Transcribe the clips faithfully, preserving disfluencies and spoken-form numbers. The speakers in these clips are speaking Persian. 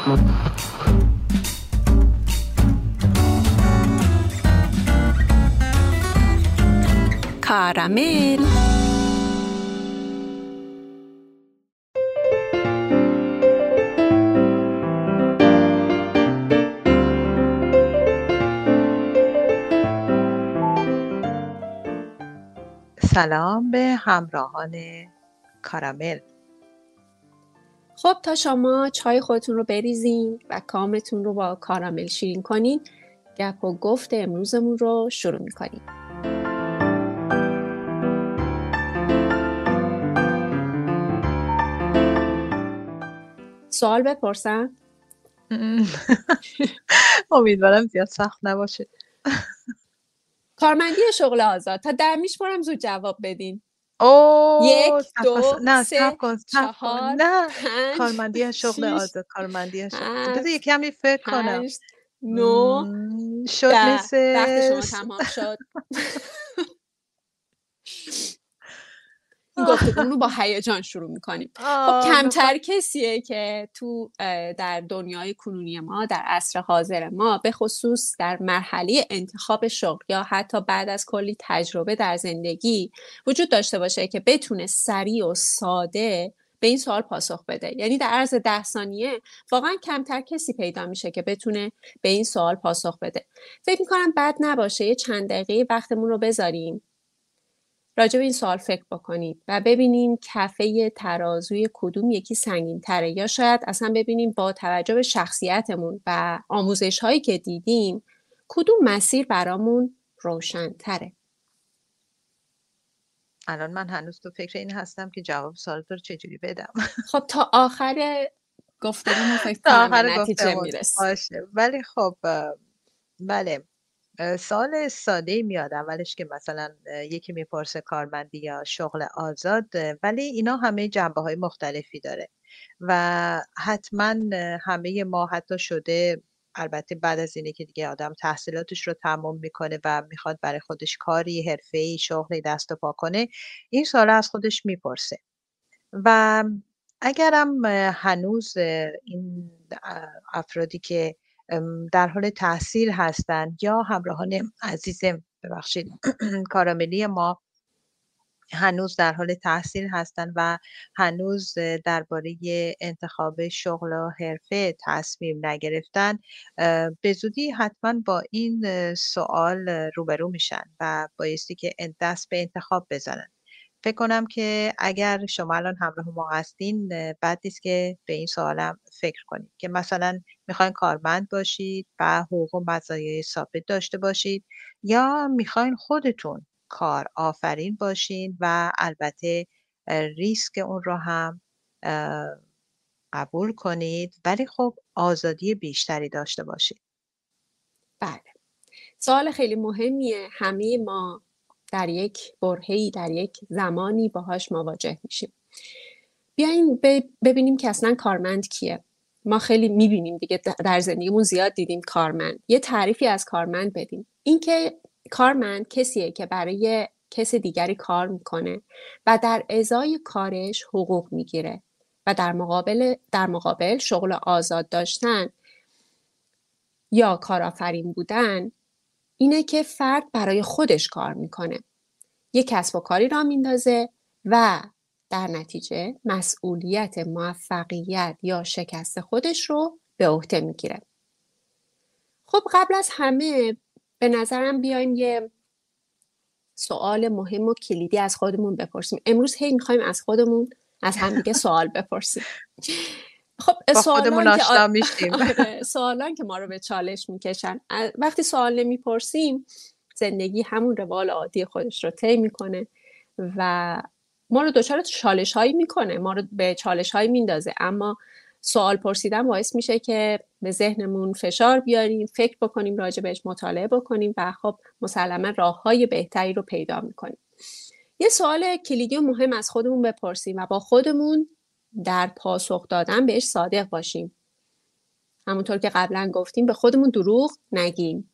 کارامل. سلام به همراهان کارامل. خب تا شما چای خودتون رو بریزین و کامتون رو با کارامل شیرین کنین، گپ و گفت امروزمون رو شروع میکنیم. سوال بپرسم؟ امیدوارم زیاد سخت نباشه. کارمندی شغل آزاد، تا در میشمارم زود جواب بدین. اوه یک، دو، نه سه، صبر کن صبر کن چهار، نه پنج، کارمندی شغل شیش، آزاد کارمندی شغل بذار هفت، یک کمی فکر کنم. هشت، نو، مم، شد ده. مثل وقت شما تمام شد. این گفتگومون رو با هیجان شروع میکنیم. خب کمتر کسیه که تو در دنیای کنونی ما، در عصر حاضر ما، به خصوص در مرحله انتخاب شغل یا حتی بعد از کلی تجربه در زندگی وجود داشته باشه که بتونه سریع و ساده به این سوال پاسخ بده. یعنی در عرض ده ثانیه واقعا کمتر کسی پیدا میشه که بتونه به این سوال پاسخ بده. فکر میکنم بد نباشه یه چند دقیقه وقتمون رو بذاریم راجع به این سوال فکر بکنید و ببینیم کفه ترازوی کدوم یکی سنگین تره، یا شاید اصلا ببینیم با توجه به شخصیتمون و آموزش هایی که دیدیم کدوم مسیر برامون روشن تره. الان من هنوز تو فکر این هستم که جواب سوالت رو چجوری بدم. خب تا آخر گفتگومون فکر تا کنم به آخر نتیجه گفتمون میرس. باشه. ولی خب بله، سوال ساده میاد اولش که مثلا یکی میپرسه کارمندی یا شغل آزاد، ولی اینا همه جنبه های مختلفی داره و حتما همه ما حتی شده، البته بعد از اینه که دیگه آدم تحصیلاتش رو تمام میکنه و میخواد برای خودش کاری، حرفه‌ای، شغلی دست و پا کنه، این سوال از خودش میپرسه. و اگرم هنوز این افرادی که در حال تحصیل هستند یا همراهان عزیز ببخشید کاراملی ما هنوز در حال تحصیل هستند و هنوز درباره انتخاب شغل و حرفه تصمیم نگرفتن، به زودی حتما با این سوال روبرو میشن و بایستی که دست به انتخاب بزنن. فکر کنم که اگر شما الان همراه ما هستین، بد نیست که به این سوالم فکر کنید که مثلا میخواین کارمند باشید و حقوق و مزایای ثابت داشته باشید، یا میخواین خودتون کار آفرین باشین و البته ریسک اون رو هم قبول کنید، ولی خب آزادی بیشتری داشته باشید. بله، سوال خیلی مهمیه. همه ما در یک برهه‌ای، در یک زمانی باهاش مواجه میشیم. بیاین ببینیم که اصلا کارمند کیه. ما خیلی میبینیم دیگه، در زندگیمون زیاد دیدیم کارمند. یه تعریفی از کارمند بدیم. این که کارمند کسیه که برای کس دیگری کار میکنه و در ازای کارش حقوق میگیره و در مقابل در مقابل شغل آزاد داشتن یا کارآفرین بودن اینه که فرد برای خودش کار میکنه، یه کسب و کاری را میندازه و در نتیجه مسئولیت موفقیت یا شکست خودش رو به عهده میگیره. خب قبل از همه به نظرم بیایم یه سوال مهم و کلیدی از خودمون بپرسیم. امروز هی میخوایم از خودمون از همدیگه سوال بپرسیم. خب سوالان که آ... آره، سوالان که ما رو به چالش میکشن. وقتی سوال نمیپرسیم زندگی همون روال عادی خودش رو طی میکنه و ما رو دچار چالش هایی میکنه، ما رو به چالش هایی میندازه. اما سوال پرسیدن باعث میشه که به ذهنمون فشار بیاریم، فکر بکنیم، راجع بهش مطالعه بکنیم و خب مسلما راه های بهتری رو پیدا میکنیم. یه سوال کلیدی و مهم از خودمون بپرسیم و با خودمون در پاسخ دادن بهش صادق باشیم. همونطور که قبلا گفتیم به خودمون دروغ نگیم.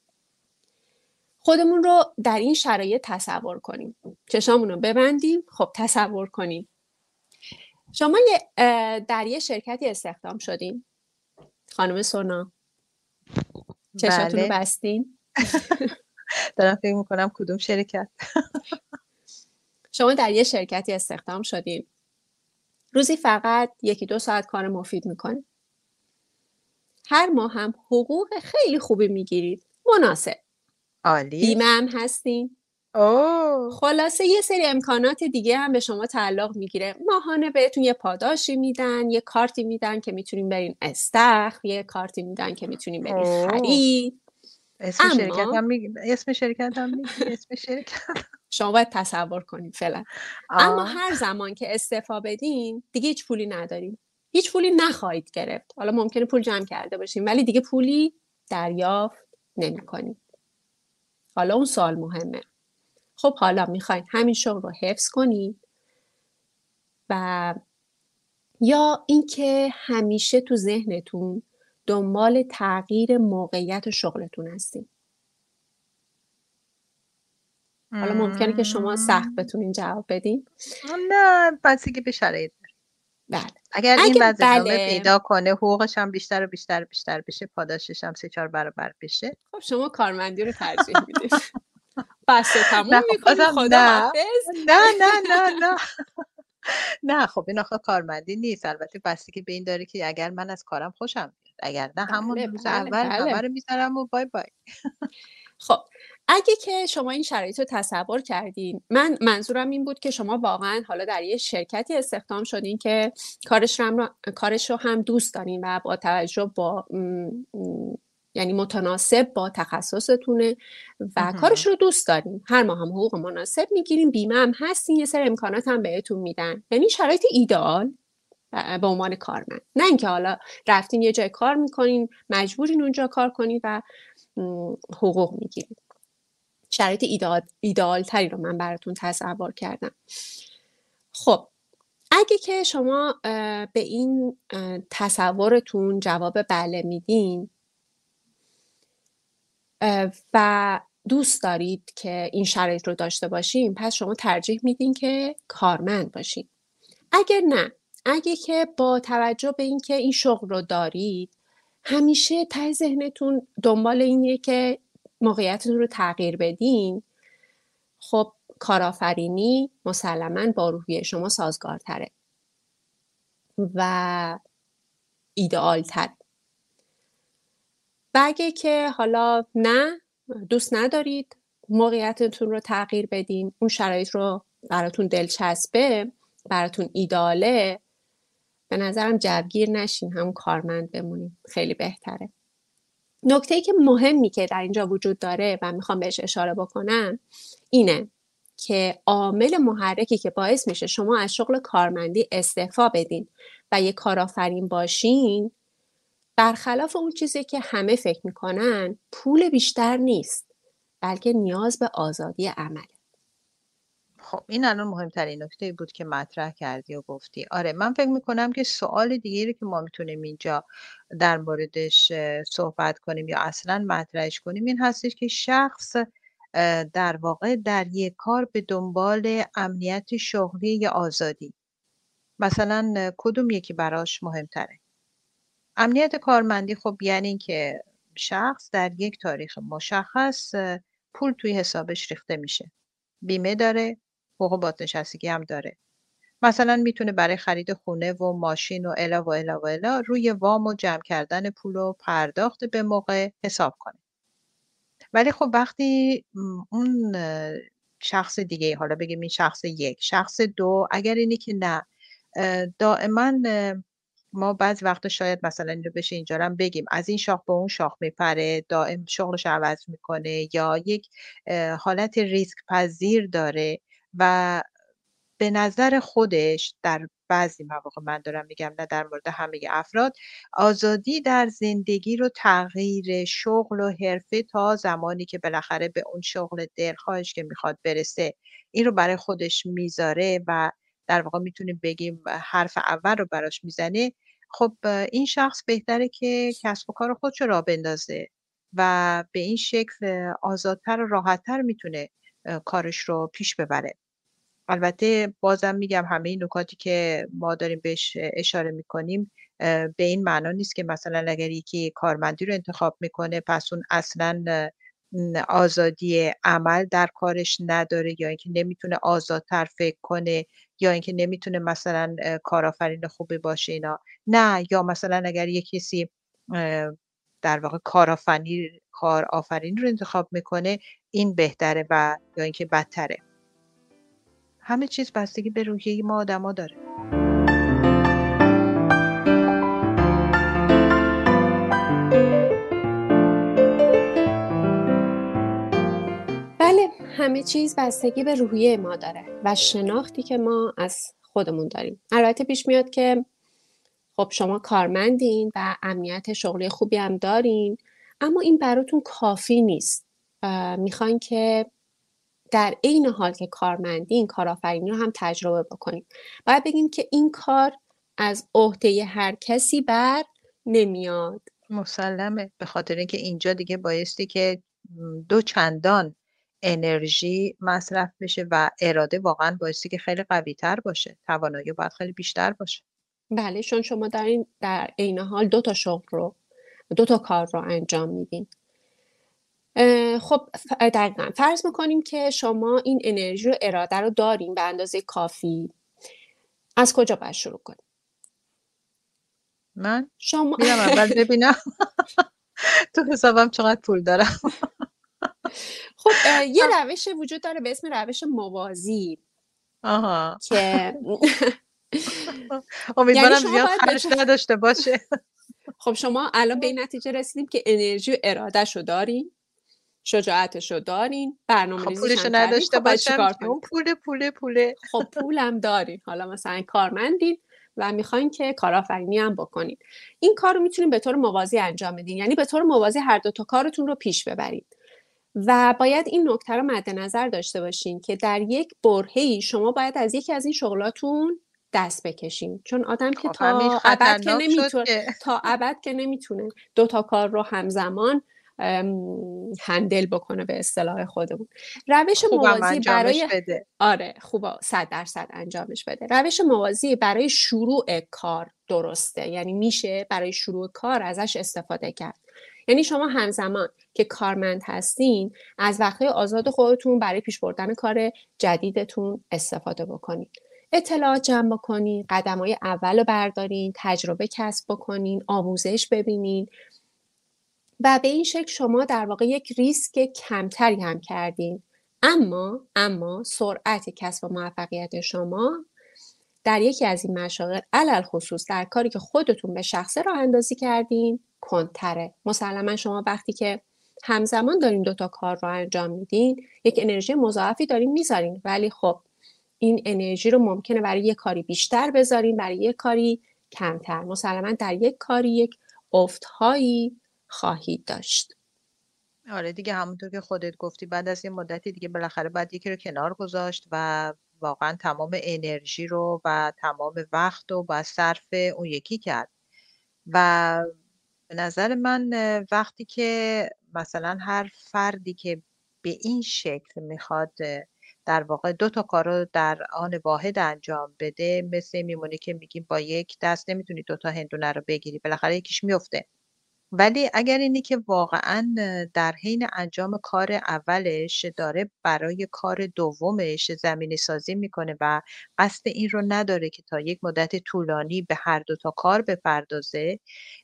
خودمون رو در این شرایط تصور کنیم. چشامون رو ببندیم. خب تصور کنیم شما یه در یه شرکتی استخدام شدین خانم سونا چشاتون رو بله بستین؟ دارم فکر میکنم کدوم شرکت. شما در یه شرکتی استخدام شدین، روزی فقط یکی دو ساعت کار مفید میکنید، هر ماه هم حقوق خیلی خوبی میگیرید، مناسب، عالی. بیمه هم هستین، اوه خلاصه یه سری امکانات دیگه هم به شما تعلق میگیره. ماهانه بهتون یه پاداشی میدن، یه کارتی میدن که میتونین برین استخر، یه کارتی میدن که میتونین برین اوه خرید. اسم شرکت اما هم میگی اسم شرکت هم میگی اسم شرکت. شما باید تصور کنید فعلا. اما آه هر زمان که استعفا بدین دیگه هیچ پولی ندارین، هیچ پولی نخواهید گرفت. حالا ممکنه پول جمع کرده باشین ولی دیگه پولی دریافت نمی‌کنید. حالا اون سوال مهمه، خب حالا میخواین همین شغل رو حفظ کنید و یا اینکه همیشه تو ذهنتون دنبال تغییر موقعیت شغلتون هستین؟ حالا ممکنه که شما سخت مم. بتونین جواب بدین. نه بستگی به شرایط. بله. اگر این اگه وضع ادامه بله، پیدا کنه، حقوقش هم بیشتر و بیشتر و بیشتر بشه، پاداشش هم سه چهار برابر بشه. خب شما کارمندی رو ترجیح میدین. بسته تموم نه خب میکنی، بازم خدا نه حافظ. نه نه نه نه نه خب این آخه کارمندی نیست. البته بستگی به این داره که اگر من از کارم خوشم میاد، اگر نه همون بله روز بله اول همه بله. رو میذارم و بای بای. خب اگه که شما این شرایط رو تصور کردین، من منظورم این بود که شما واقعا حالا در یه شرکتی استخدام شدین که کارش رو هم, کارش رو هم دوست دارین و با توجه با م، م، یعنی متناسب با تخصصتونه و کارش رو دوست دارین، هر ماه هم حقوق مناسب میگیرین، بیمه هم هستین، یه سری امکانات هم بهتون میدن، یعنی شرایط ایدئال به عنوان کارمند. نه اینکه حالا رفتین یه جای کار میکنین، مجبورین اونجا کار کنین و م، حقوق میگیرین. شرایط ایدئال ایدئال تری رو من براتون تصور کردم. خب اگه که شما به این تصورتون جواب بله میدین و دوست دارید که این شرایط رو داشته باشین، پس شما ترجیح میدین که کارمند باشین. اگر نه، اگه که با توجه به اینکه این شغل رو دارید همیشه ته ذهنتون دنبال اینه که موقعیتتون رو تغییر بدین، خب کارآفرینی مسلماً با روحیه شما سازگارتره و ایدئال‌تر. و اگه که حالا نه، دوست ندارید موقعیتتون رو تغییر بدین، اون شرایط رو براتون دلچسبه، براتون ایدئاله، به نظرم جوگیر نشین، همون کارمند بمونین، خیلی بهتره. نکته‌ای که مهمی که در اینجا وجود داره و میخوام بهش اشاره بکنم اینه که عامل محرکی که باعث میشه شما از شغل کارمندی استعفا بدین و یه کارآفرین باشین، برخلاف اون چیزی که همه فکر میکنن پول بیشتر نیست، بلکه نیاز به آزادی عمل. خب این الان مهمترین نکته بود که مطرح کردی و گفتی. آره من فکر میکنم که سوال دیگری که ما میتونیم اینجا در موردش صحبت کنیم یا اصلا مطرحش کنیم این هستش که شخص در واقع در یک کار به دنبال امنیت شغلی یا آزادی، مثلا کدوم یکی براش مهمتره؟ امنیت کارمندی خب یعنی که شخص در یک تاریخ مشخص پول توی حسابش ریخته میشه، بیمه داره، حقوق بازنشستگی هم داره. مثلا میتونه برای خرید خونه و ماشین و الا و الا و الا روی وام و جمع کردن پول و پرداخت به موقع حساب کنه. ولی خب وقتی اون شخص دیگه، حالا بگیم این شخص یک، شخص دو، اگر اینی که نه دائما ما بعضی وقتا شاید مثلا این رو بشه اینجا هم بگیم از این شاخ به اون شاخ میپره، دائم شغلش عوض میکنه یا یک حالت ریسک پذیر داره و به نظر خودش در بعضی مواقع، من دارم میگم نه در مورد همه افراد، آزادی در زندگی رو تغییر شغل و حرفه تا زمانی که بالاخره به اون شغل دلخواهش که میخواد برسه این رو برای خودش میذاره و در واقع میتونیم بگیم حرف اول رو براش میزنه. خب این شخص بهتره که کسب و کار خودش رو راه بندازه و به این شکل آزادتر و راحتتر میتونه کارش رو پیش ببره. البته بازم میگم همه این نکاتی که ما داریم بهش اشاره میکنیم به این معنا نیست که مثلا اگر یکی کارمندی رو انتخاب میکنه پس اون اصلا آزادی عمل در کارش نداره، یا اینکه نمیتونه آزادتر فکر کنه، یا اینکه نمیتونه مثلا کارآفرین خوبی باشه اینا. نه، یا مثلا اگر یک کسی در واقع کارآفرین کارآفرین رو انتخاب میکنه این بهتره و یا اینکه بدتره. همه چیز بستگی به روحیه ما آدما داره. بله، همه چیز بستگی به روحیه ما داره و شناختی که ما از خودمون داریم. البته پیش میاد که خب شما کارمندین و امنیت شغلی خوبی هم دارین، اما این براتون کافی نیست. میخواین که در عین حال که کارمندین کارآفرینی رو هم تجربه بکنین. باید بگیم که این کار از عهده هر کسی بر نمیاد. مسلمه، به خاطر اینکه اینجا دیگه بایستی که دو چندان انرژی مصرف بشه و اراده واقعا بایستی که خیلی قوی تر باشه، توانایی باید خیلی بیشتر باشه. بله، چون شما دارین در عین حال دو تا شغل رو دو تا کار رو انجام میدین. خب دقیقا فرض میکنیم که شما این انرژی و اراده رو دارین به اندازه کافی. از کجا باید شروع کنیم؟ من شما میرم اول ببینم تو حسابم چقدر پول دارم. خب یه روش وجود داره به اسم روش موازی. آها که امیدوارم زیاد خرج نداشته باشه. خب شما الان به این نتیجه رسیدیم که انرژی و ارادهشو دارین، شجاعتشو دارین، برنامه‌ریزیش هم کردین. خب باید چیکار کنین؟ اون پول پول پول خب پولم دارین، حالا مثلا کارمندین و میخواین که کارآفرینی هم بکنین. این کار رو میتونین به طور موازی انجام بدین، یعنی به طور موازی هر دو تا کارتون رو پیش ببرید. و باید این نکته رو مد نظر داشته باشین که در یک برهه‌ای شما باید از یکی از این شغلاتون دست بکشین، چون آدم که تا ابد که نمیتونه تا ابد که نمیتونه دو تا کار رو همزمان هندل بکنه به اصطلاح خودمون. روش موازی برای بده. آره خوبه صد درصد انجامش بده. روش موازی برای شروع کار درسته، یعنی میشه برای شروع کار ازش استفاده کرد. یعنی شما همزمان که کارمند هستین از وقتهای آزاد خودتون برای پیش بردن کار جدیدتون استفاده بکنین. اطلاعات جمع بکنین، قدم‌های اول رو بردارین، تجربه کسب بکنین، آموزش ببینین و به این شکل شما در واقع یک ریسک کمتری هم کردین. اما اما سرعت کسب موفقیت شما در یکی از این مشاغل علل خصوص در کاری که خودتون به شخصه راه اندازی کردین کنتره. مسلما شما وقتی که همزمان دارین دوتا کار رو انجام میدین یک انرژی مضاعفی دارین میذارین، ولی خب این انرژی رو ممکنه برای یک کاری بیشتر بذارین، برای یک کاری کمتر. مسلما در یک کاری یک افتهایی خواهید داشت. آره دیگه، همونطور که خودت گفتی بعد از یه مدتی دیگه بالاخره باید یکی رو کنار گذاشت و واقعا تمام انرژی رو و تمام وقت رو باید صرف اون یکی کرد. و به نظر من وقتی که مثلا هر فردی که به این شکل میخواد در واقع دو تا کار رو در آن واحد انجام بده، مثل میمونه که میگیم با یک دست نمیتونی دو تا هندونه رو بگیری، بالاخره یکیش میفته. ولی اگر اینی که واقعا در حین انجام کار اولش داره برای کار دومش زمینه سازی میکنه و قصد این رو نداره که تا یک مدت طولانی به هر دو تا کار بپردازه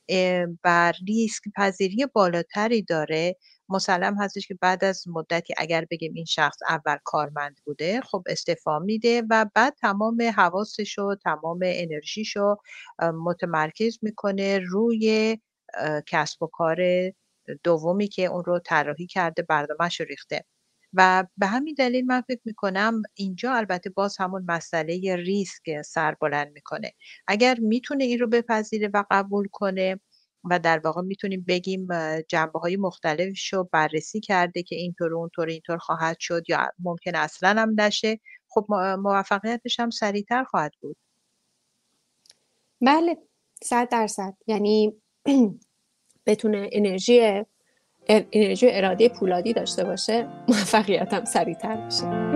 و ریسک پذیری بالاتری داره، مسلم هستش که بعد از مدتی اگر بگیم این شخص اول کارمند بوده خب استعفا میده و بعد تمام حواسش و تمام انرژیش رو متمرکز میکنه روی کسب و کار دومی که اون رو طراحی کرده، برنامه‌اش رو ریخته. و به همین دلیل من فکر میکنم اینجا البته باز همون مسئله ریسک سر بلند میکنه. اگر میتونه این رو بپذیره و قبول کنه و در واقع میتونیم بگیم جنبه‌های مختلفش رو بررسی کرده که اینطور اونطور اینطور خواهد شد یا ممکن اصلا هم نشه، خب موفقیتش هم سریعتر خواهد بود. بله، صد درصد. یعنی بتونه انرژی انرژی و اراده پولادی داشته باشه، موفقیت هم سریعتر میشه.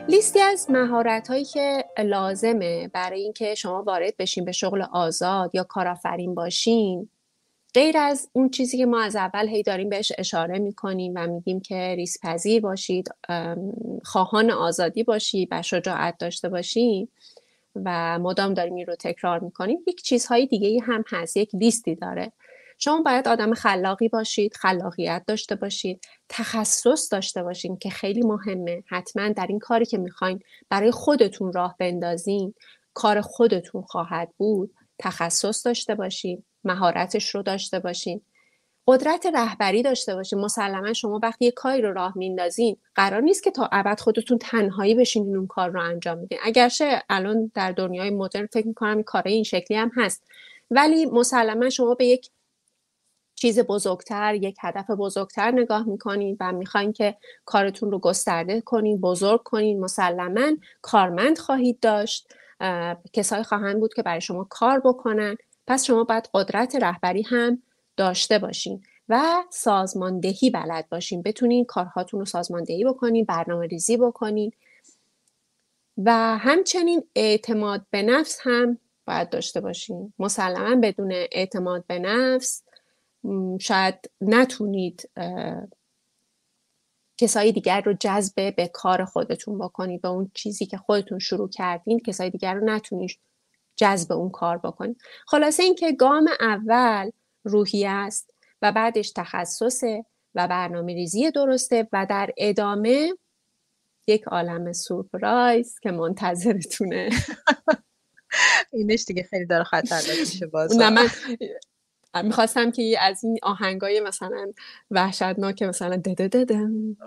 لیستی از مهارت‌هایی که لازمه برای اینکه شما وارد بشین به شغل آزاد یا کارآفرین باشین، غیر از اون چیزی که ما از اول هی داریم بهش اشاره میکنیم و میگیم که ریسک پذیر باشید، خواهان آزادی باشید و شجاعت داشته باشید و مدام داریم این رو تکرار میکنیم، یک چیزهای دیگه هم هست، یک لیستی داره. شما باید آدم خلاقی باشید، خلاقیت داشته باشید، تخصص داشته باشید که خیلی مهمه. حتما در این کاری که میخواین برای خودتون راه بندازین، کار خودتون خواهد بود، تخصص داشته باشید، مهارتش رو داشته باشین، قدرت رهبری داشته باشین. مسلما شما وقتی یه کاری رو راه میندازین قرار نیست که تا ابد خودتون تنهایی بشینین اون کار رو انجام میدین. اگرچه الان در دنیای مدرن فکر میکنم این کارهای این شکلی هم هست، ولی مسلما شما به یک چیز بزرگتر، یک هدف بزرگتر نگاه میکنین و میخواین که کارتون رو گسترده کنین، بزرگ کنین. مسلما کارمند خواهید داشت، کسایی خواهند بود که برای شما کار بکنن. پس شما باید قدرت رهبری هم داشته باشین و سازماندهی بلد باشین، بتونین کارهاتون رو سازماندهی بکنین، برنامه ریزی بکنین و همچنین اعتماد به نفس هم باید داشته باشین. مسلما بدون اعتماد به نفس شاید نتونید کسای دیگر رو جذب به کار خودتون بکنید، به اون چیزی که خودتون شروع کردین کسای دیگر رو نتونید جذب اون کار بکنید. خلاصه این که گام اول روحیه است و بعدش تخصصه و برنامه ریزی درسته و در ادامه یک عالم سورپرایز که منتظرتونه. اینش دیگه خیلی داره خطرناک میشه باز. نه من میخواستم که از این آهنگای مثلا وحشتناک مثلا دده ددم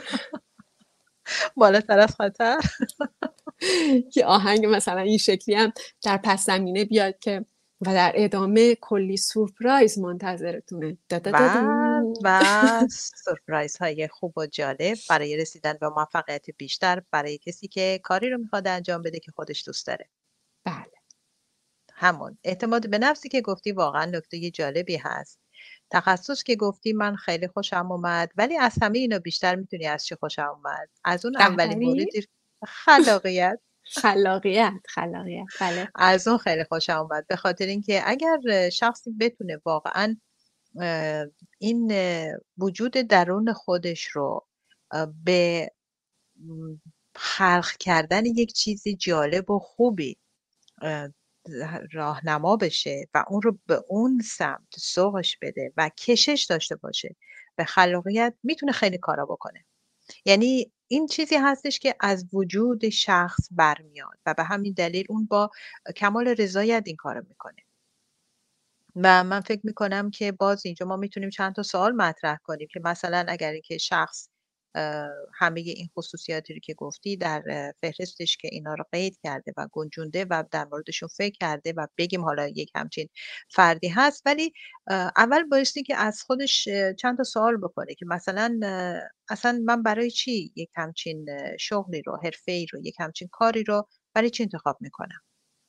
بالاتر از خطر که آهنگ مثلا این شکلی هم در پس زمینه بیاد که و در ادامه کلی سورپرایز منتظرتونه. و و سورپرایز های خوب و جالب برای رسیدن به موفقیت بیشتر برای کسی که کاری رو میخواد انجام بده که خودش دوست داره. بله، همون اعتماد به نفسی که گفتی واقعا نکته جالبی هست. تخصص که گفتی من خیلی خوشم اومد، ولی از همه اینا بیشتر میتونی از چی خوشم اومد؟ از اون اولین موردی، خلاقیت. خلاقیت خلاقیت بله، از اون خیلی خوشم اومد، به خاطر اینکه اگر شخصی بتونه واقعا این وجود درون خودش رو به خلق کردن یک چیزی جالب و خوبی راهنما بشه و اون رو به اون سمت سوقش بده و کشش داشته باشه به خلاقیت، میتونه خیلی کارا بکنه. یعنی این چیزی هستش که از وجود شخص برمیاد و به همین دلیل اون با کمال رضایت این کارو میکنه. و من فکر میکنم که باز اینجا ما میتونیم چند تا سوال مطرح کنیم که مثلا اگر اینکه شخص همه این خصوصیاتی رو که گفتی در فهرستش که اینا رو قید کرده و گنجونده و در موردشون فکر کرده و بگیم حالا یک همچین فردی هست، ولی اول بایستی که از خودش چند تا سوال بکنه که مثلا اصلا من برای چی یک همچین شغلی رو، حرفه‌ای رو، یک همچین کاری رو برای چی انتخاب میکنم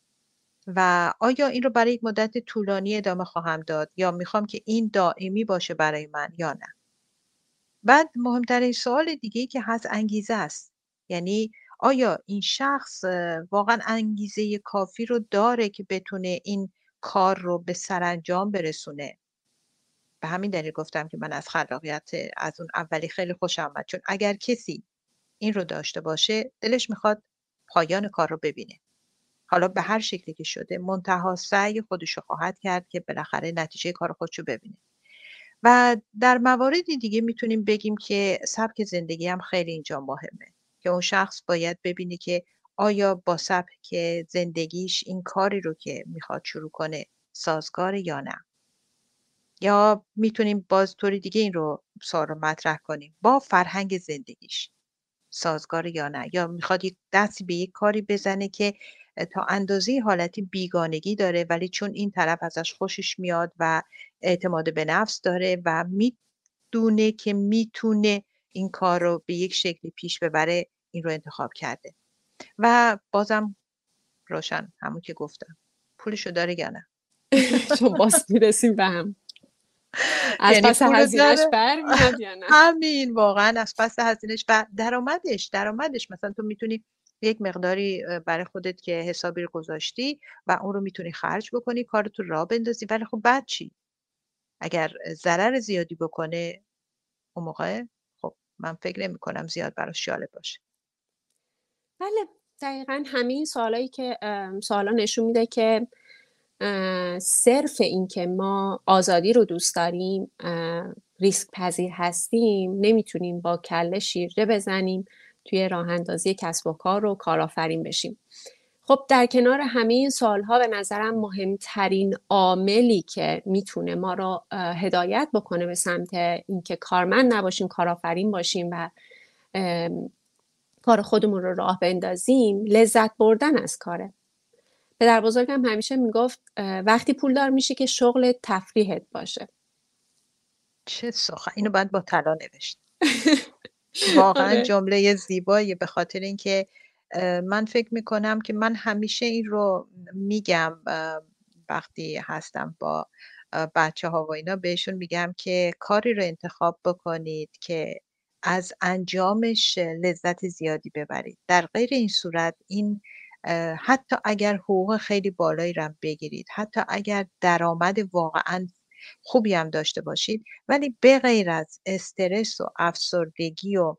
و آیا این رو برای یک مدت طولانی ادامه خواهم داد یا میخوام که این دائمی باشه برای من یا نه. بعد مهمترین سوال دیگه‌ای که هست انگیزه است. یعنی آیا این شخص واقعا انگیزه کافی رو داره که بتونه این کار رو به سرانجام برسونه. به همین دلیل گفتم که من از خلاقیت از اون اولی خیلی خوشم اومد، چون اگر کسی این رو داشته باشه دلش میخواد پایان کار رو ببینه. حالا به هر شکلی که شده منتها سعی خودش رو خواهد کرد که بالاخره نتیجه کار خودش رو ببینه. و در مواردی دیگه میتونیم بگیم که سبک زندگی هم خیلی اینجا مهمه که اون شخص باید ببینه که آیا با سبک زندگیش این کاری رو که میخواد شروع کنه سازگار یا نه. یا میتونیم باز طوری دیگه این رو سوال رو مطرح کنیم، با فرهنگ زندگیش سازگار یا نه، یا میخواد یک دستی به یک کاری بزنه که تا اندازه حالتی بیگانگی داره ولی چون این طرف ازش خوشش میاد و اعتماد به نفس داره و میدونه که میتونه این کار رو به یک شکلی پیش ببره، این رو انتخاب کرده. و بازم روشن همون که گفتم پولشو داره یا نه. چون باز میرسیم به هم. از یعنی پس پولو هزینهش داره برمیاد یا نه؟ همین واقعا از پس هزینهش و درآمدش درآمدش مثلا تو میتونی یک مقداری اه، برای خودت که حسابی رو گذاشتی و اون رو میتونی خرج بکنی کارتو راه بندازی، ولی خب بعد چی اگر ضرر زیادی بکنه اون موقع خب من فکر نمی کنم زیاد براش جالب باشه. بله، دقیقا همه این سوالایی که ام، سوالا نشون میده که اه، صرف این که ما آزادی رو دوست داریم، اه، ریسک پذیر هستیم، نمیتونیم با کله شیرجه بزنیم توی راه اندازی کسب و کار و کارآفرین بشیم. خب در کنار همه این سوالها به نظرم مهمترین عاملی که میتونه ما رو اه، هدایت بکنه به سمت اینکه کارمند نباشیم، کارآفرین باشیم و ام، کار خودمون رو راه بندازیم، لذت بردن از کاره. پدر بزرگم همیشه میگفت اه، وقتی پولدار میشی که شغل تفریحت باشه. چه سخن اینو باید با طلا نوشت. واقعا آره. جمله زیبایی به خاطر اینکه اه، من فکر میکنم که من همیشه این رو میگم اه، وقتی هستم با بچه ها و اینا بهشون میگم که کاری رو انتخاب بکنید که از انجامش لذت زیادی ببرید. در غیر این صورت این اه، حتی اگر حقوق خیلی بالایی رو هم بگیرید، حتی اگر درآمد واقعا خوبی هم داشته باشید، ولی بغیر از استرس و افسردگی و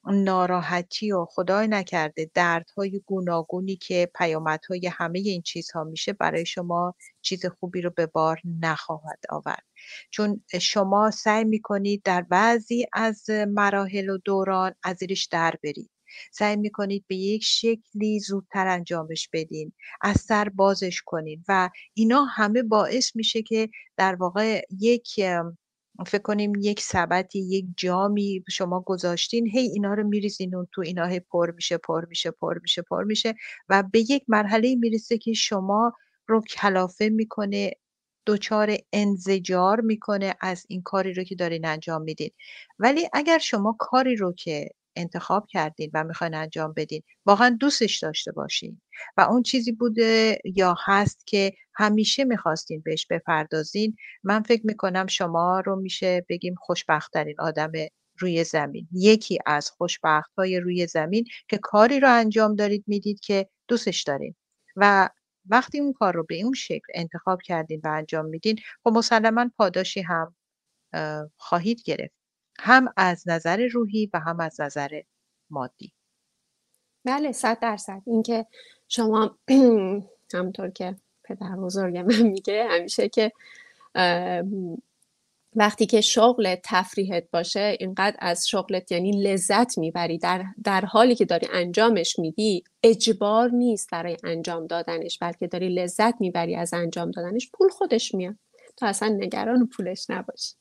ناراحتی و خدای نکرده دردهای گوناگونی که پیامدهای همه این چیزها میشه، برای شما چیز خوبی رو به بار نخواهد آورد. چون شما سعی میکنید در بعضی از مراحل و دوران از زیرش در برید. سعی میکنید به یک شکلی زودتر انجامش بدین، از سر بازش کنید و اینا همه باعث میشه که در واقع یک ام، فکر کنیم یک سبدی یک جامی شما گذاشتین، هی اینا رو میریزین اون تو، اینا هی پر میشه پر میشه پر میشه پر میشه و به یک مرحله میرسه که شما رو کلافه میکنه، دچار انزجار میکنه از این کاری رو که دارین انجام میدین. ولی اگر شما کاری رو که انتخاب کردین و میخواین انجام بدین واقعا دوستش داشته باشین و اون چیزی بوده یا هست که همیشه میخواستین بهش بپردازین، من فکر میکنم شما رو میشه بگیم خوشبخت‌ترین آدم روی زمین، یکی از خوشبخت‌های روی زمین که کاری رو انجام دارید میدید که دوستش دارین و وقتی اون کار رو به اون شکل انتخاب کردین و انجام میدین، خب مسلما پاداشی هم اه، خواهید گرفت، هم از نظر روحی و هم از نظر مادی. بله، صد درصد. اینکه شما همونطور که پدر بزرگ من میگه همیشه که ام، وقتی که شغل تفریحت باشه اینقدر از شغلت یعنی لذت میبری، در, در حالی که داری انجامش میدی اجبار نیست برای انجام دادنش، بلکه داری لذت میبری از انجام دادنش، پول خودش میاد، تو اصلا نگران پولش نباش.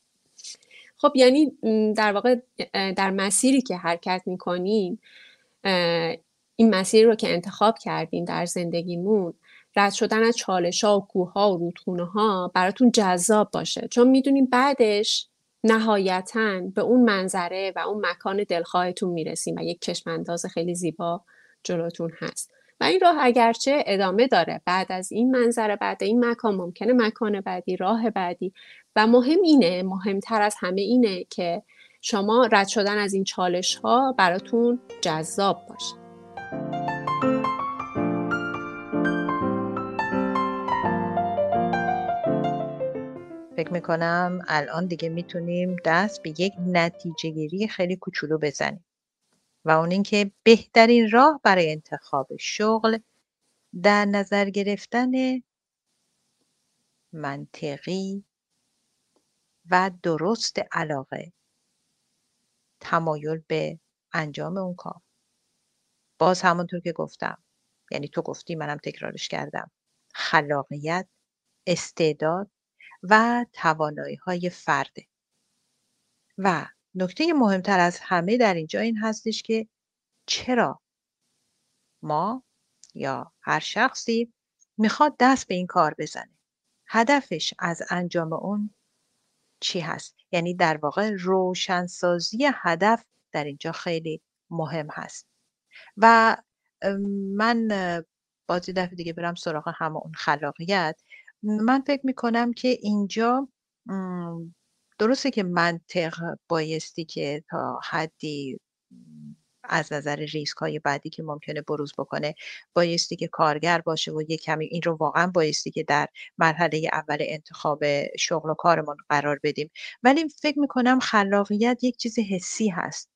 خب یعنی م، در واقع اه، در مسیری که حرکت میکنین، این مسیری رو که انتخاب کردین در زندگیمون، رد شدن از چالش ها و کوه ها و رودخونه ها براتون جذاب باشه، چون میدونین بعدش نهایتاً به اون منظره و اون مکان دلخواهتون میرسین و یک چشم انداز خیلی زیبا جلوتون هست و این راه اگرچه ادامه داره، بعد از این منظره، بعد این مکان ممکنه مکان بعدی، راه بعدی، و مهم اینه، مهمتر از همه اینه که شما رد شدن از این چالش ها براتون جذاب باشه. فکر میکنم الان دیگه میتونیم دست به یک نتیجه گیری خیلی کوچولو بزنیم و اون اینکه بهترین راه برای انتخاب شغل در نظر گرفتن منطقی و درست علاقه، تمایل به انجام اون کار. باز همونطور که گفتم، یعنی تو گفتی منم تکرارش کردم، خلاقیت، استعداد و توانایی های فرده. و نکته مهمتر از همه در اینجا این هستش که چرا ما یا هر شخصی میخواد دست به این کار بزنه، هدفش از انجام اون چی هست. یعنی در واقع روشنسازی هدف در اینجا خیلی مهم هست و من بازی دفعه دیگه برم سراغ همه اون خلاقیت. من فکر میکنم که اینجا درسته که منطق بایستی که تا حدی از نظر ریسک های بعدی که ممکنه بروز بکنه بایستی که کارگر باشه و یک کمی این رو واقعا بایستی که در مرحله اول انتخاب شغل و کارمون قرار بدیم، ولی فکر میکنم خلاقیت یک چیز حسی هست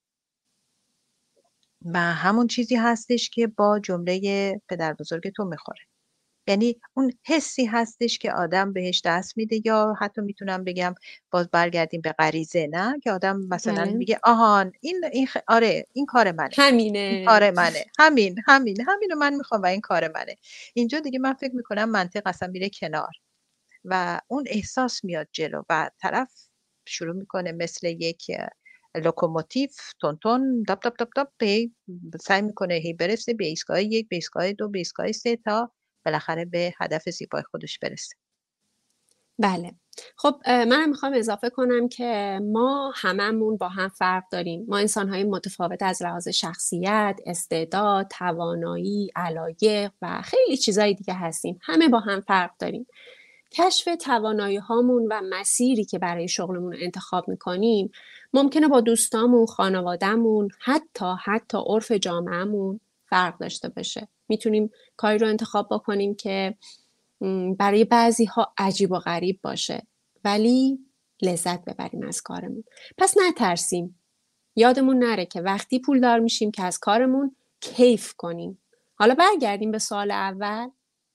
و همون چیزی هستش که با جمله پدر بزرگ تو میخوره. یعنی اون حسی هستش که آدم بهش دست میده، یا حتی میتونم بگم باز برگردیم به غریزه، نه که آدم مثلا بله. میگه آهان این این خ... آره این کار منه، این همینه. کار منه، همین همین همینو من میخوام و این کار منه. اینجا دیگه من فکر میکنم منطق اصلا میره کنار و اون احساس میاد جلو و طرف شروع میکنه مثل یک لوکوموتیو تون تون داب داب داب داب به سعی میکنه هی برسه به ایستگاه یک، به ایستگاه دو، به ایستگاه سه تا بالاخره به هدف زیبای خودش برسه. بله. خب من میخوام اضافه کنم که ما هممون با هم فرق داریم. ما انسان‌های متفاوت از لحاظ شخصیت، استعداد، توانایی، علایق و خیلی چیزای دیگه هستیم. همه با هم فرق داریم. کشف توانایی هامون و مسیری که برای شغلمون انتخاب میکنیم ممکنه با دوستامون، خانوادهمون، حتی حتی عرف جامعهمون فرق داشته باشه. میتونیم کاری رو انتخاب بکنیم که برای بعضی ها عجیب و غریب باشه ولی لذت ببریم از کارمون. پس نترسیم. یادمون نره که وقتی پولدار میشیم که از کارمون کیف کنیم. حالا برگردیم به سوال اول.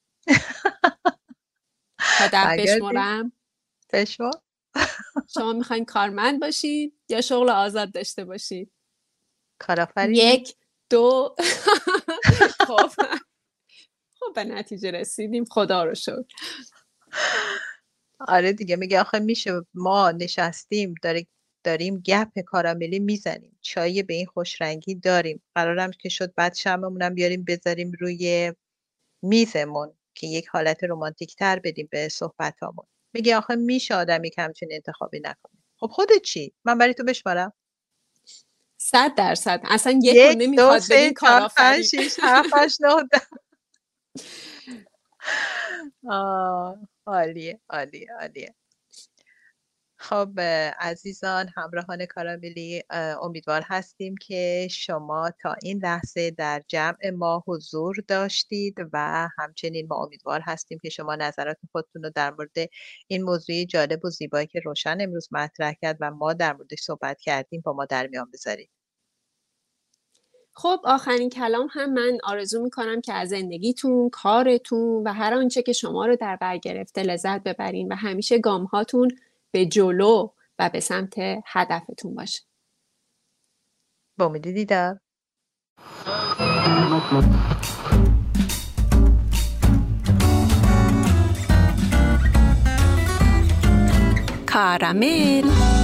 تا ده بشمرم. بشمر. شما میخواین کارمند باشید یا شغل آزاد داشته باشید؟ کارآفرین. یک، دو. خب خب به نتیجه رسیدیم، خدا رو شکر. آره دیگه، میگه آخه میشه ما نشستیم داریم داریم گپ کاراملی میزنیم، چای به این خوش رنگی داریم، قرارم که شد بعد شمعمونم بیاریم بذاریم روی میزمون که یک حالت رمانتیک تر بدیم به صحبتامون. میگه آخه میشه آدمی که همچین انتخابی نکنه. خب خودت چی؟ من برای تو بشمارم. صد درصد. اصلا یک یک، نمیخواد دو، بگین سه، چهار، کارآفرین. پنج، شیش، هفت، هشت، نه، ده. آه عالیه عالیه عالیه. خب عزیزان همراهان کاراملی، امیدوار هستیم که شما تا این لحظه در جمع ما حضور داشتید و همچنین ما امیدوار هستیم که شما نظرات خودتون رو در مورد این موضوع جالب و زیبایی که روشن امروز مطرح کرد و ما در موردش صحبت کردیم با ما در میان بذارید. خب آخرین کلام هم من آرزو میکنم که از زندگیتون، کارتون و هر آنچه که شما رو در بر گرفته لذت ببرین و همیشه گام هاتون به جلو و به سمت هدفتون باشه. با امید دیدار. کارامل.